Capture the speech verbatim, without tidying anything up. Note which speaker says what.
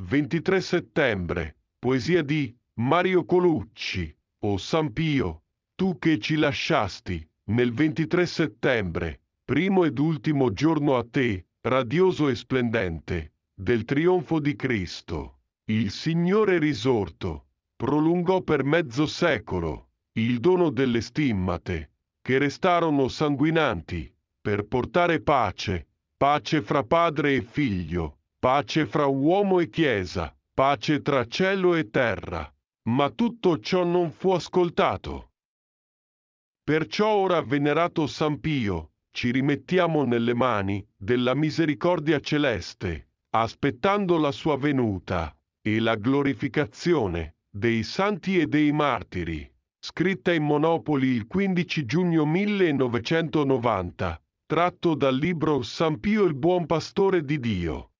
Speaker 1: ventitré settembre, poesia di Mario Colucci. O San Pio, tu che ci lasciasti, nel ventitré settembre, primo ed ultimo giorno a te, radioso e splendente, del trionfo di Cristo. Il Signore risorto, prolungò per mezzo secolo, il dono delle stimmate, che restarono sanguinanti, per portare pace, pace fra padre e figlio, pace fra uomo e chiesa, pace tra cielo e terra. Ma tutto ciò non fu ascoltato. Perciò ora, venerato San Pio, ci rimettiamo nelle mani della misericordia celeste, aspettando la sua venuta e la glorificazione dei santi e dei martiri. Scritta in Monopoli il quindici giugno millenovecentonovanta, tratto dal libro San Pio il buon pastore di Dio.